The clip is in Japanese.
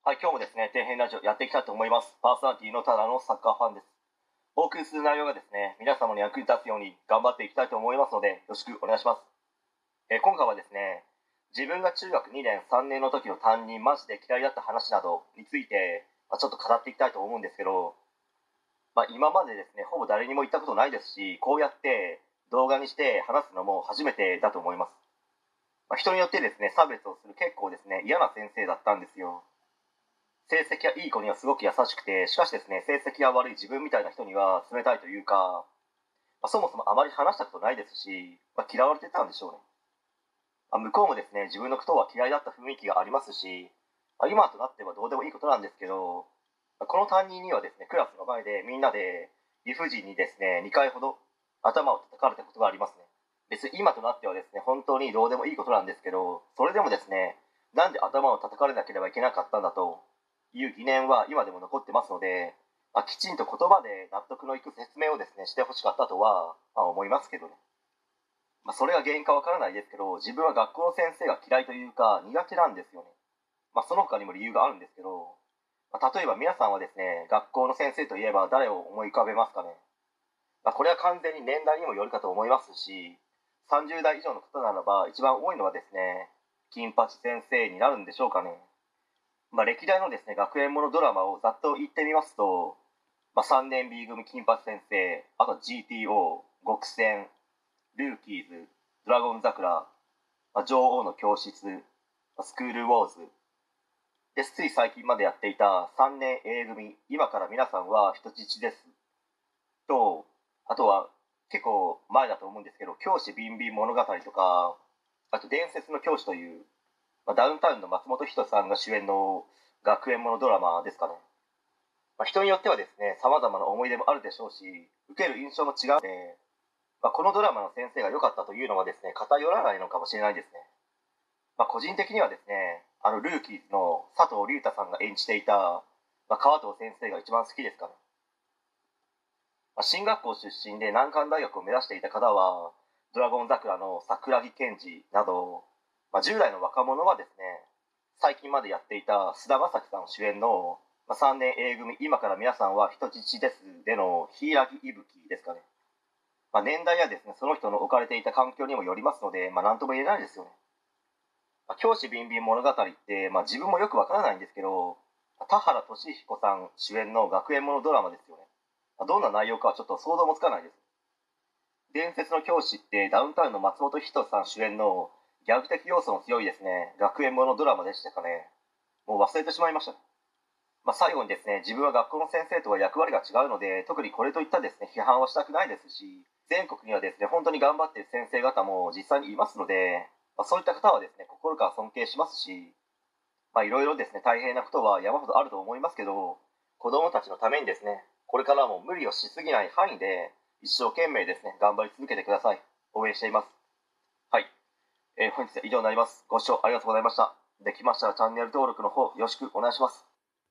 はい、今日もですね、底辺ラジオやっていきたいと思います。パーソナリティのただのサッカーファンです。お送りする内容がですね、皆様に役に立つように頑張っていきたいと思いますので、よろしくお願いします。今回はですね、自分が中学2年、3年の時の担任、マジで嫌いだった話などについて、ちょっと語っていきたいと思うんですけど、今までですね、ほぼ誰にも言ったことないですし、こうやって動画にして話すのも初めてだと思います。人によってですね、差別をする結構ですね、嫌な先生だったんですよ。成績がいい子にはすごく優しくて、しかしですね、成績が悪い自分みたいな人には冷たいというか、そもそもあまり話したことないですし、嫌われてたんでしょうね。向こうもですね、自分のことは嫌いだった雰囲気がありますし、今となってはどうでもいいことなんですけど、この担任にはですね、クラスの前でみんなで理不尽にですね、2回ほど頭を叩かれたことがありますね。別に今となってはですね、本当にどうでもいいことなんですけど、それでもですね、なんで頭を叩かれなければいけなかったんだという疑念は今でも残ってますので、きちんと言葉で納得のいく説明をですね、してほしかったとは、思いますけどね。それが原因かわからないですけど、自分は学校の先生が嫌いというか苦手なんですよね。その他にも理由があるんですけど、例えば皆さんはですね、学校の先生といえば誰を思い浮かべますかね。これは完全に年代にもよるかと思いますし、30代以上の方ならば一番多いのはですね、金八先生になるんでしょうかね。歴代のですね、学園ものドラマをざっと言ってみますと、3年 B 組金八先生、あと GTO、極戦、ルーキーズ、ドラゴン桜、女王の教室、スクールウォーズで、つい最近までやっていた3年 A 組、今から皆さんは人質ですと、あとは結構前だと思うんですけど、教師ビンビン物語とか、あと伝説の教師という、ダウンタウンの松本人志さんが主演の学園ものドラマですかね。人によってはですね、様々な思い出もあるでしょうし、受ける印象も違うので、このドラマの先生が良かったというのはですね、偏らないのかもしれないですね。個人的にはですね、ルーキーズの佐藤隆太さんが演じていた、川藤先生が一番好きですかね。進学校出身で難関大学を目指していた方は、ドラゴン桜の桜木健二など、10代の若者はですね、最近までやっていた菅田将暉さん主演の3年 A 組、今から皆さんは人質ですでの柊伊吹ですかね。年代やですね、その人の置かれていた環境にもよりますので、何とも言えないですよね。教師ビンビン物語って、自分もよくわからないんですけど、田原俊彦さん主演の学園ものドラマですよね。どんな内容かはちょっと想像もつかないです。伝説の教師ってダウンタウンの松本人志さん主演のギャグ的要素の強いですね、学園ものドラマでしたかね。もう忘れてしまいました。最後にですね、自分は学校の先生とは役割が違うので、特にこれといったですね、批判はしたくないですし、全国にはですね、本当に頑張っている先生方も実際にいますので、そういった方はですね、心から尊敬しますし、いろいろですね、大変なことは山ほどあると思いますけど、子供たちのためにですね、これからも無理をしすぎない範囲で、一生懸命ですね、頑張り続けてください。応援しています。はい。本日は以上になります。ご視聴ありがとうございました。できましたらチャンネル登録の方よろしくお願いします。